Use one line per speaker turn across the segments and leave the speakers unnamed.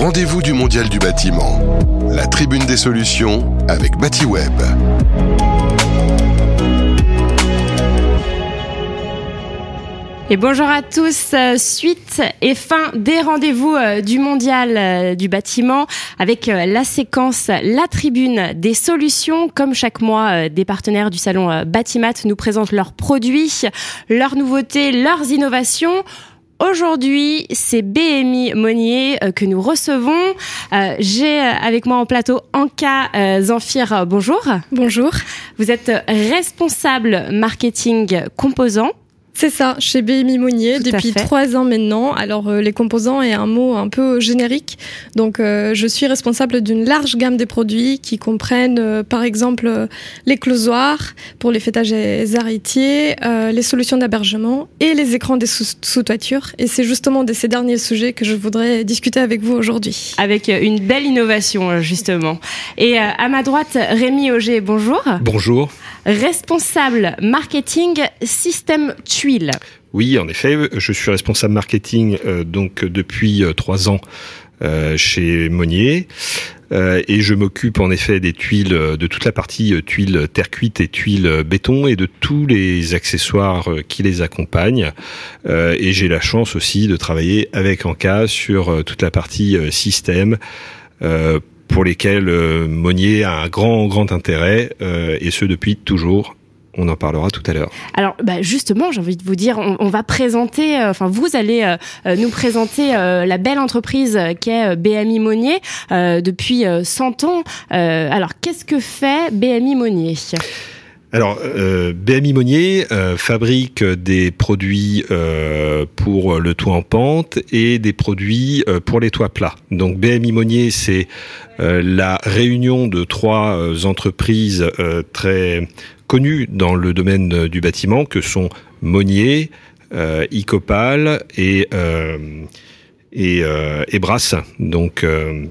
rendez-vous du Mondial du bâtiment. La tribune des solutions avec Batiweb.
Et bonjour à tous, suite et fin des rendez-vous du Mondial du bâtiment avec la séquence La Tribune des solutions. Comme chaque mois, des partenaires du salon Batimat nous présentent leurs produits, leurs nouveautés, leurs innovations. Aujourd'hui, c'est BMI Monnier que nous recevons. J'ai avec moi en plateau Anka Zanfir. Bonjour.
Bonjour.
Vous êtes responsable marketing composants.
C'est ça, chez BMI Monnier depuis 3 ans maintenant. Alors les composants est un mot un peu générique. Donc je suis responsable d'une large gamme de produits qui comprennent par exemple les closoirs pour les fêtages et héritiers, les solutions d'hébergement et les écrans des sous-toitures. Et c'est justement de ces derniers sujets que je voudrais discuter avec vous aujourd'hui.
Avec une belle innovation justement. Et à ma droite, Rémi Auger, bonjour.
Bonjour.
Responsable marketing système tuiles.
Oui, en effet, je suis responsable marketing donc depuis 3 ans chez Monnier et je m'occupe en effet des tuiles, de toute la partie tuiles terre cuite et tuiles béton et de tous les accessoires qui les accompagnent. Et j'ai la chance aussi de travailler avec Anka sur toute la partie système. Pour lesquels Monnier a un grand intérêt, et ce depuis toujours. On en parlera tout à l'heure.
Alors, justement, j'ai envie de vous dire, on va présenter, vous allez nous présenter la belle entreprise qu'est BMI Monnier depuis 100 ans. Alors, qu'est-ce que fait BMI Monnier ?
Alors, BMI Monnier fabrique des produits pour le toit en pente et des produits pour les toits plats. Donc, BMI Monnier, c'est la réunion de 3 entreprises très connues dans le domaine du bâtiment, que sont Monnier, Icopal et Brasse. Donc,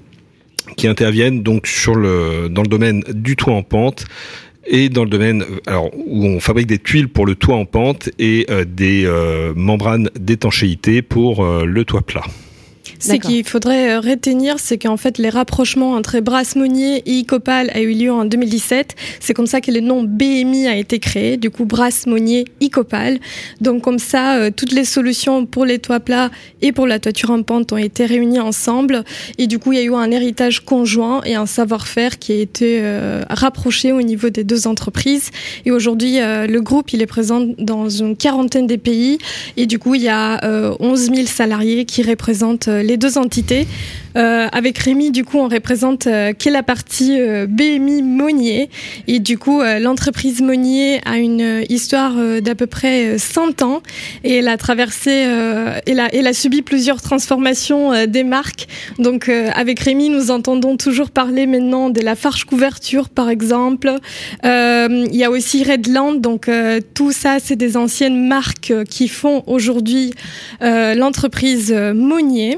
qui interviennent donc dans le domaine du toit en pente. Et dans le domaine où on fabrique des tuiles pour le toit en pente et des membranes d'étanchéité pour le toit plat.
Ce qu'il faudrait retenir, c'est qu'en fait, les rapprochements entre Brasse Monnier et Icopal a eu lieu en 2017. C'est comme ça que le nom BMI a été créé. Du coup, Brasse Monnier Icopal. Donc, comme ça, toutes les solutions pour les toits plats et pour la toiture en pente ont été réunies ensemble. Et du coup, il y a eu un héritage conjoint et un savoir-faire qui a été rapproché au niveau des 2 entreprises. Et aujourd'hui, le groupe, il est présent dans une 40aine de pays. Et du coup, il y a 11 000 salariés qui représentent les 2 entités. Avec Rémi, du coup, on représente qui est la partie BMI Monnier. Et du coup, l'entreprise Monnier a une histoire d'à peu près 100 ans. Et elle a traversé, elle a subi plusieurs transformations des marques. Donc, avec Rémi, nous entendons toujours parler maintenant de la Farge Couverture, par exemple. Il y a aussi Redland. Donc, tout ça, c'est des anciennes marques qui font aujourd'hui l'entreprise Monnier.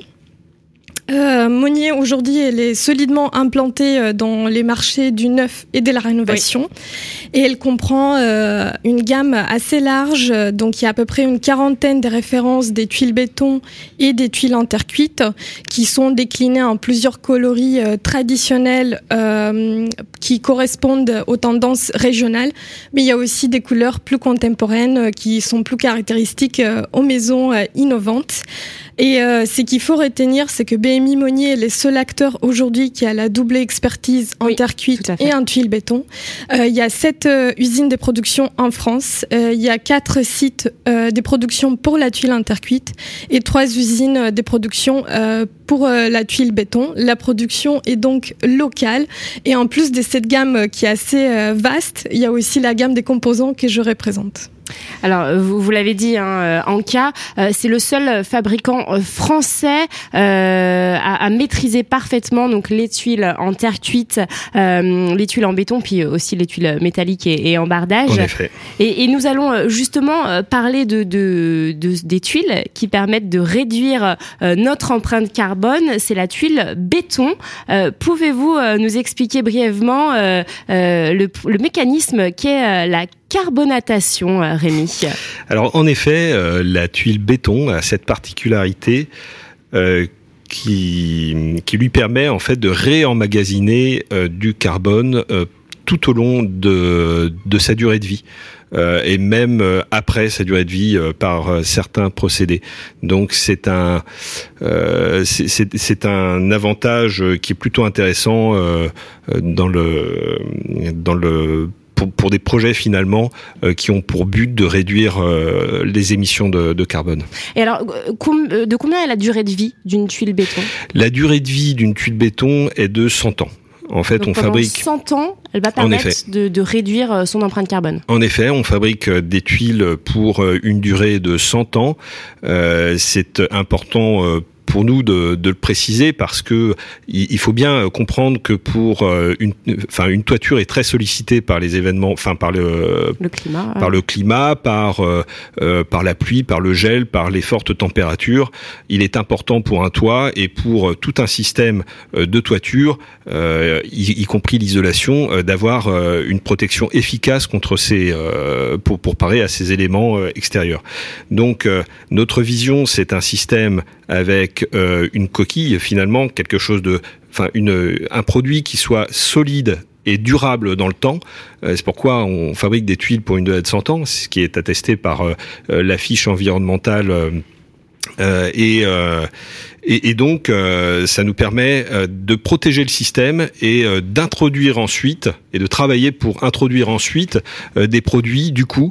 Monnier, aujourd'hui, elle est solidement implantée dans les marchés du neuf et de la rénovation. Oui. Et elle comprend une gamme assez large. Donc, il y a à peu près une 40aine de références des tuiles béton et des tuiles en terre cuite qui sont déclinées en plusieurs coloris traditionnels qui correspondent aux tendances régionales. Mais il y a aussi des couleurs plus contemporaines qui sont plus caractéristiques aux maisons innovantes. Et ce qu'il faut retenir, c'est que BMI Monnier est le seul acteur aujourd'hui qui a la double expertise en terre cuite et en tuile béton. Il y a 7 usines de production en France. Il y a 4 sites de production pour la tuile en terre cuite et 3 usines de production pour la tuile béton. La production est donc locale. Et en plus de cette gamme qui est assez vaste, il y a aussi la gamme des composants que je représente.
Alors, vous l'avez dit, Anka, c'est le seul fabricant français à maîtriser parfaitement donc les tuiles en terre cuite, les tuiles en béton, puis aussi les tuiles métalliques et en bardage.
En effet.
Et nous allons justement parler des tuiles qui permettent de réduire notre empreinte carbone. C'est la tuile béton. Pouvez-vous nous expliquer brièvement le mécanisme qu'est la carbonatation, Rémi?
Alors en effet, la tuile béton a cette particularité qui lui permet en fait de réemmagasiner du carbone tout au long de sa durée de vie. Et même après sa durée de vie par certains procédés. Donc c'est un avantage qui est plutôt intéressant pour des projets finalement qui ont pour but de réduire les émissions de carbone.
Et alors, de combien est la durée de vie d'une tuile béton ? La
durée de vie d'une tuile béton est de 100 ans. En fait,
donc, on fabrique 100 ans, elle va permettre de réduire son empreinte carbone.
En effet, on fabrique des tuiles pour une durée de 100 ans. C'est important pour nous de le préciser parce que il faut bien comprendre que pour une toiture est très sollicitée par les événements, par le climat, par la pluie, par le gel, par les fortes températures. Il est important pour un toit et pour tout un système de toiture, y compris l'isolation, d'avoir une protection efficace contre pour parer à ces éléments extérieurs. Donc notre vision, c'est un système avec une coquille, finalement, quelque chose un produit qui soit solide et durable dans le temps. C'est pourquoi on fabrique des tuiles pour une durée de 100 ans, ce qui est attesté par la fiche environnementale et donc ça nous permet de protéger le système et d'introduire ensuite et de travailler pour introduire ensuite des produits du coup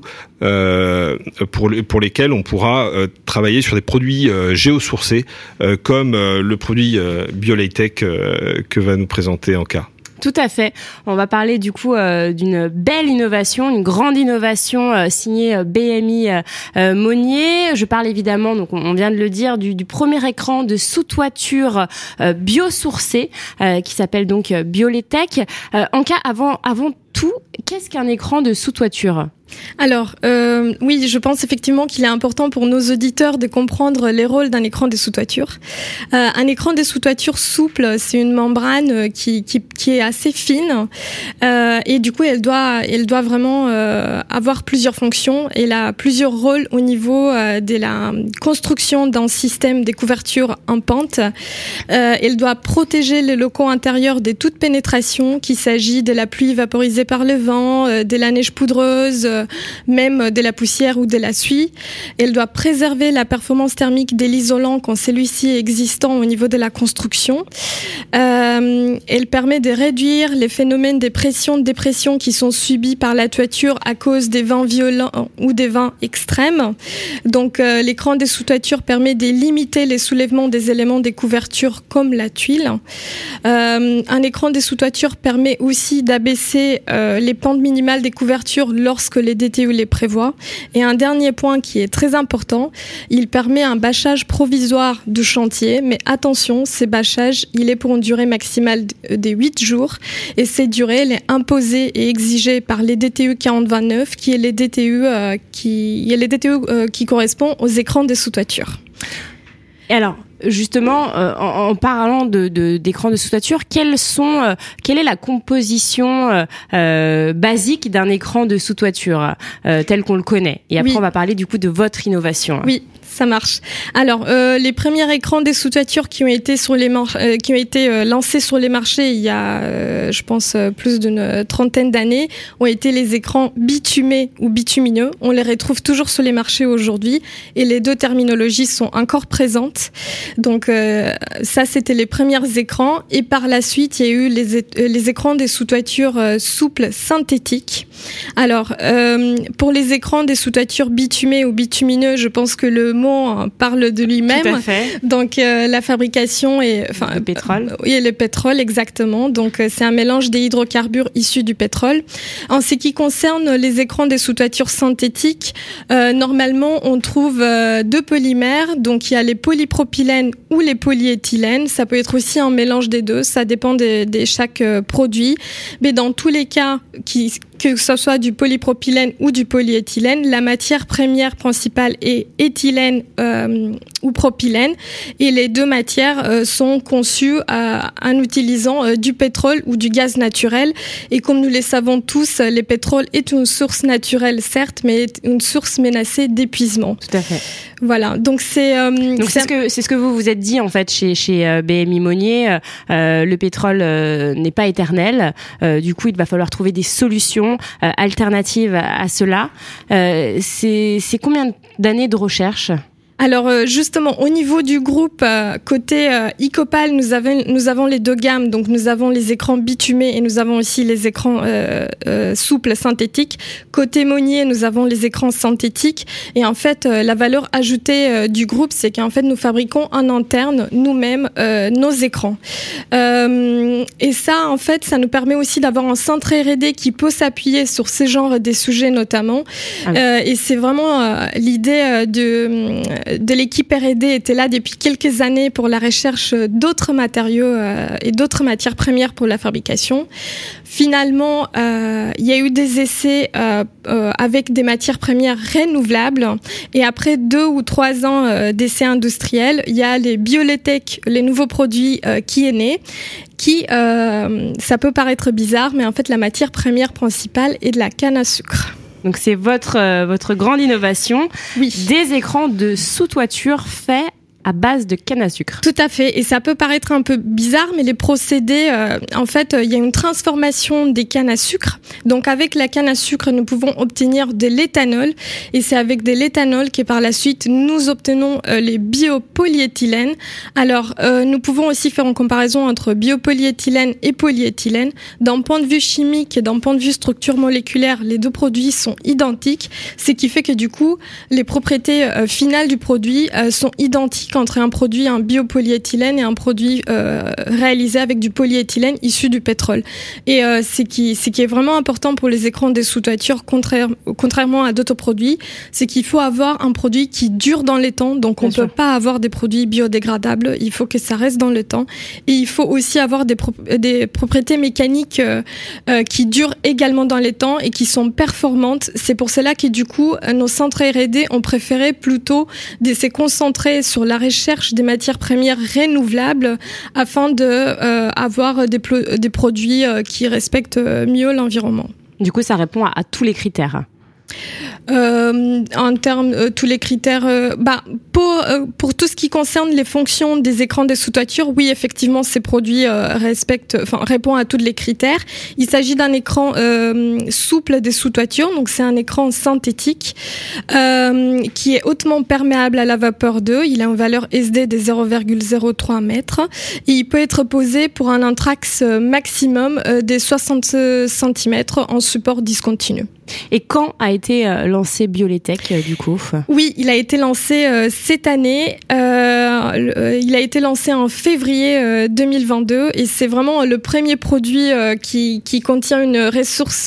pour lesquels on pourra travailler sur des produits géosourcés comme le produit BioLayTech que va nous présenter Anka.
Tout à fait. On va parler du coup d'une belle innovation, une grande innovation signée BMI Monnier. Je parle évidemment, donc on vient de le dire, du premier écran de sous-toiture biosourcé qui s'appelle donc BioLayTech. Anka, avant tout, qu'est-ce qu'un écran de sous-toiture ?
Alors, oui, je pense effectivement qu'il est important pour nos auditeurs de comprendre les rôles d'un écran de sous-toiture. Un écran de sous-toiture souple, c'est une membrane qui est assez fine et du coup, elle doit vraiment avoir plusieurs fonctions. Elle a plusieurs rôles au niveau de la construction d'un système de couverture en pente. Elle doit protéger les locaux intérieurs de toute pénétration, qu'il s'agit de la pluie vaporisée par le vent, de la neige poudreuse, même de la poussière ou de la suie. Elle doit préserver la performance thermique de l'isolant quand celui-ci est existant au niveau de la construction. Elle permet de réduire les phénomènes de pression-dépression qui sont subis par la toiture à cause des vents violents ou des vents extrêmes. Donc, l'écran des sous-toitures permet de limiter les soulèvements des éléments des couvertures comme la tuile. Un écran des sous-toitures permet aussi d'abaisser les pentes minimales des couvertures lorsque les DTU les prévoient. Et un dernier point qui est très important, il permet un bâchage provisoire de chantier, mais attention, ces bâchages, il est pour une durée maximale de 8 jours et cette durée, elle est imposée et exigée par les DTU 4029 qui est les DTU qui correspondent aux écrans des sous-toitures.
Et alors, justement, en parlant d'écrans de sous-toiture, quelle est la composition basique d'un écran de sous-toiture tel qu'on le connaît ? Et après, on va parler du coup de votre innovation.
Oui. Ça marche. Alors, les premiers écrans des sous-toitures qui ont été lancés sur les marchés il y a, je pense, plus d'une trentaine d'années, ont été les écrans bitumés ou bitumineux. On les retrouve toujours sur les marchés aujourd'hui et les deux terminologies sont encore présentes. Donc, ça, c'était les premiers écrans. Et par la suite, il y a eu les écrans des sous-toitures souples synthétiques. Alors, pour les écrans des sous-toitures bitumés ou bitumineux, je pense que le mot parle de lui-même.
Tout à fait.
Donc la fabrication est
le pétrole.
Oui, le pétrole exactement. Donc c'est un mélange des hydrocarbures issus du pétrole. En ce qui concerne les écrans des sous-toitures synthétiques, normalement on trouve deux polymères. Donc il y a les polypropylènes ou les polyéthylènes. Ça peut être aussi un mélange des deux. Ça dépend de chaque produit. Mais dans tous les cas, que ce soit du polypropylène ou du polyéthylène, la matière première principale est éthylène ou propylène. Et les deux matières sont conçues en utilisant du pétrole ou du gaz naturel. Et comme nous le savons tous, le pétrole est une source naturelle, certes, mais une source menacée d'épuisement.
Tout à fait.
Voilà, donc c'est
ce que vous vous êtes dit en fait chez BMI Monnier. Le pétrole n'est pas éternel. Du coup, il va falloir trouver des solutions alternatives à cela. C'est combien d'années de recherche ?
Alors justement, au niveau du groupe, côté Icopal, nous avons les deux gammes. Donc nous avons les écrans bitumés et nous avons aussi les écrans souples synthétiques. Côté Monnier, nous avons les écrans synthétiques. Et en fait, la valeur ajoutée du groupe, c'est qu'en fait, nous fabriquons en interne nous-mêmes nos écrans. Et ça, en fait, ça nous permet aussi d'avoir un centre R&D qui peut s'appuyer sur ces genres des sujets notamment. Et c'est vraiment l'idée de l'équipe R&D était là depuis quelques années pour la recherche d'autres matériaux et d'autres matières premières pour la fabrication. Finalement, il y a eu des essais avec des matières premières renouvelables et après 2 ou 3 ans d'essais industriels, il y a les BioLetech, les nouveaux produits qui est né. Ça peut paraître bizarre, mais en fait la matière première principale est de la canne à sucre.
Donc c'est votre grande innovation,
oui.
Des écrans de sous-toiture faits à base de canne à sucre.
Tout à fait. Et ça peut paraître un peu bizarre, mais les procédés, en fait, il y a une transformation des cannes à sucre. Donc, avec la canne à sucre, nous pouvons obtenir de l'éthanol. Et c'est avec de l'éthanol que par la suite, nous obtenons les biopolyéthylènes. Alors, nous pouvons aussi faire une comparaison entre biopolyéthylène et polyéthylène. D'un point de vue chimique et d'un point de vue structure moléculaire, les deux produits sont identiques. Ce qui fait que du coup, les propriétés finales du produit sont identiques entre un produit, un biopolyéthylène et un produit réalisé avec du polyéthylène issu du pétrole. Et ce qui est vraiment important pour les écrans des sous-toitures, contrairement à d'autres produits, c'est qu'il faut avoir un produit qui dure dans le temps. Donc on ne peut pas avoir des produits biodégradables, il faut que ça reste dans le temps. Et il faut aussi avoir des propriétés mécaniques qui durent également dans le temps et qui sont performantes. C'est pour cela que du coup, nos centres R&D ont préféré plutôt de se concentrer sur la recherche des matières premières renouvelables afin de avoir des produits qui respectent mieux l'environnement.
Du coup, ça répond à tous les critères.
En termes tous les critères pour tout ce qui concerne les fonctions des écrans des sous-toitures, oui, effectivement, ces produits répondent à tous les critères. Il s'agit d'un écran souple des sous-toitures, donc c'est un écran synthétique qui est hautement perméable à la vapeur d'eau. Il a une valeur SD de 0,03 mètres et il peut être posé pour un intrax maximum de 60 cm en support discontinu.
Et quand a été lancé BioLetech du coup ?
Oui, il a été lancé cette année. Il a été lancé en février 2022 et c'est vraiment le premier produit qui contient une ressource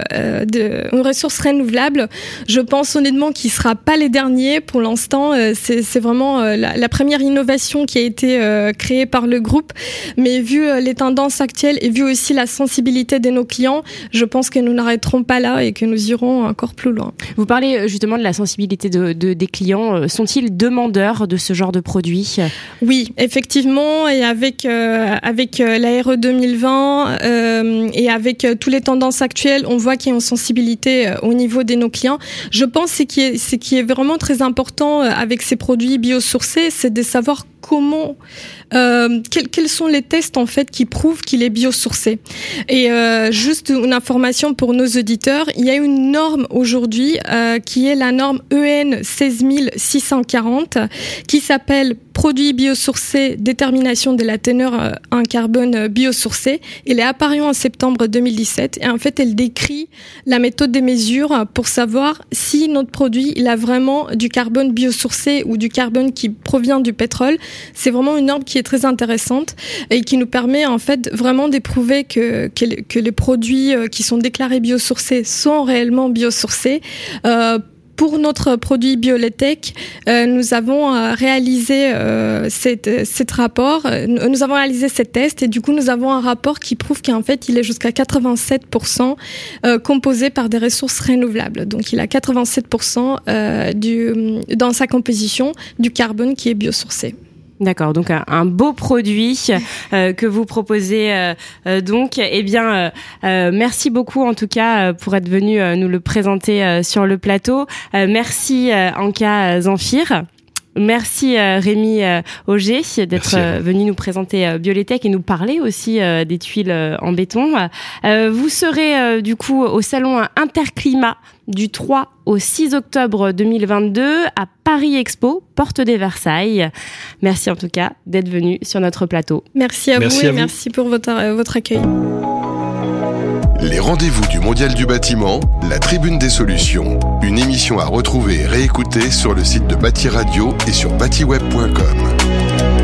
renouvelable. Je pense honnêtement qu'il sera pas les derniers pour l'instant. C'est vraiment la première innovation qui a été créée par le groupe. Mais vu les tendances actuelles et vu aussi la sensibilité de nos clients, je pense que nous n'arrêterons pas là et que nous irons encore plus loin.
Vous parlez justement de la sensibilité des clients. Sont-ils demandeurs de ce genre de produits ?
Oui, effectivement, et avec la RE 2020 et avec toutes les tendances actuelles, on voit qu'il y a une sensibilité au niveau de nos clients. Je pense que ce qui est vraiment très important avec ces produits biosourcés, c'est de savoir comment, quels sont les tests en fait qui prouvent qu'il est biosourcé. Et juste une information pour nos auditeurs, il y a une norme aujourd'hui qui est la norme EN 16640 qui s'appelle produit biosourcé, détermination de la teneur en carbone biosourcé. Elle est apparue en septembre 2017 et en fait elle décrit la méthode des mesures pour savoir si notre produit il a vraiment du carbone biosourcé ou du carbone qui provient du pétrole. C'est vraiment une norme qui est très intéressante et qui nous permet en fait vraiment d'éprouver que les produits qui sont déclarés biosourcés sont réellement biosourcés. pour notre produit Bioletech, nous avons réalisé cet rapport, nous avons réalisé cet test et du coup nous avons un rapport qui prouve qu'en fait il est jusqu'à 87% composé par des ressources renouvelables. Donc il a 87% dans sa composition du carbone qui est biosourcé.
D'accord, donc un beau produit que vous proposez donc. Eh bien, merci beaucoup en tout cas pour être venu nous le présenter sur le plateau. Merci Anka Zamfir. Merci Rémi Auger d'être venu nous présenter Bioletech et nous parler aussi des tuiles en béton. Vous serez du coup au salon Interclimat du 3 au 6 octobre 2022 à Paris Expo, porte des Versailles. Merci en tout cas d'être venu sur notre plateau.
Merci à vous et merci pour votre accueil.
Les rendez-vous du Mondial du bâtiment, la Tribune des solutions, une émission à retrouver et réécouter sur le site de Bâti Radio et sur batiweb.com.